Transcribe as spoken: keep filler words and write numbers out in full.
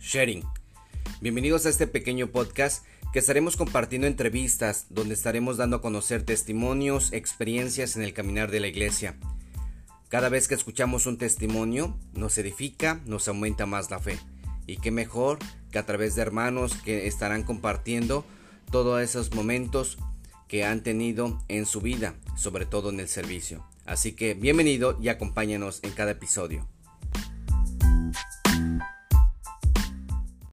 Sharing. Bienvenidos a este pequeño podcast que estaremos compartiendo entrevistas donde estaremos dando a conocer testimonios, experiencias en el caminar de la iglesia. Cada vez que escuchamos un testimonio nos edifica, nos aumenta más la fe. Y qué mejor que a través de hermanos que estarán compartiendo todos esos momentos que han tenido en su vida, sobre todo en el servicio. Así que bienvenido y acompáñanos en cada episodio.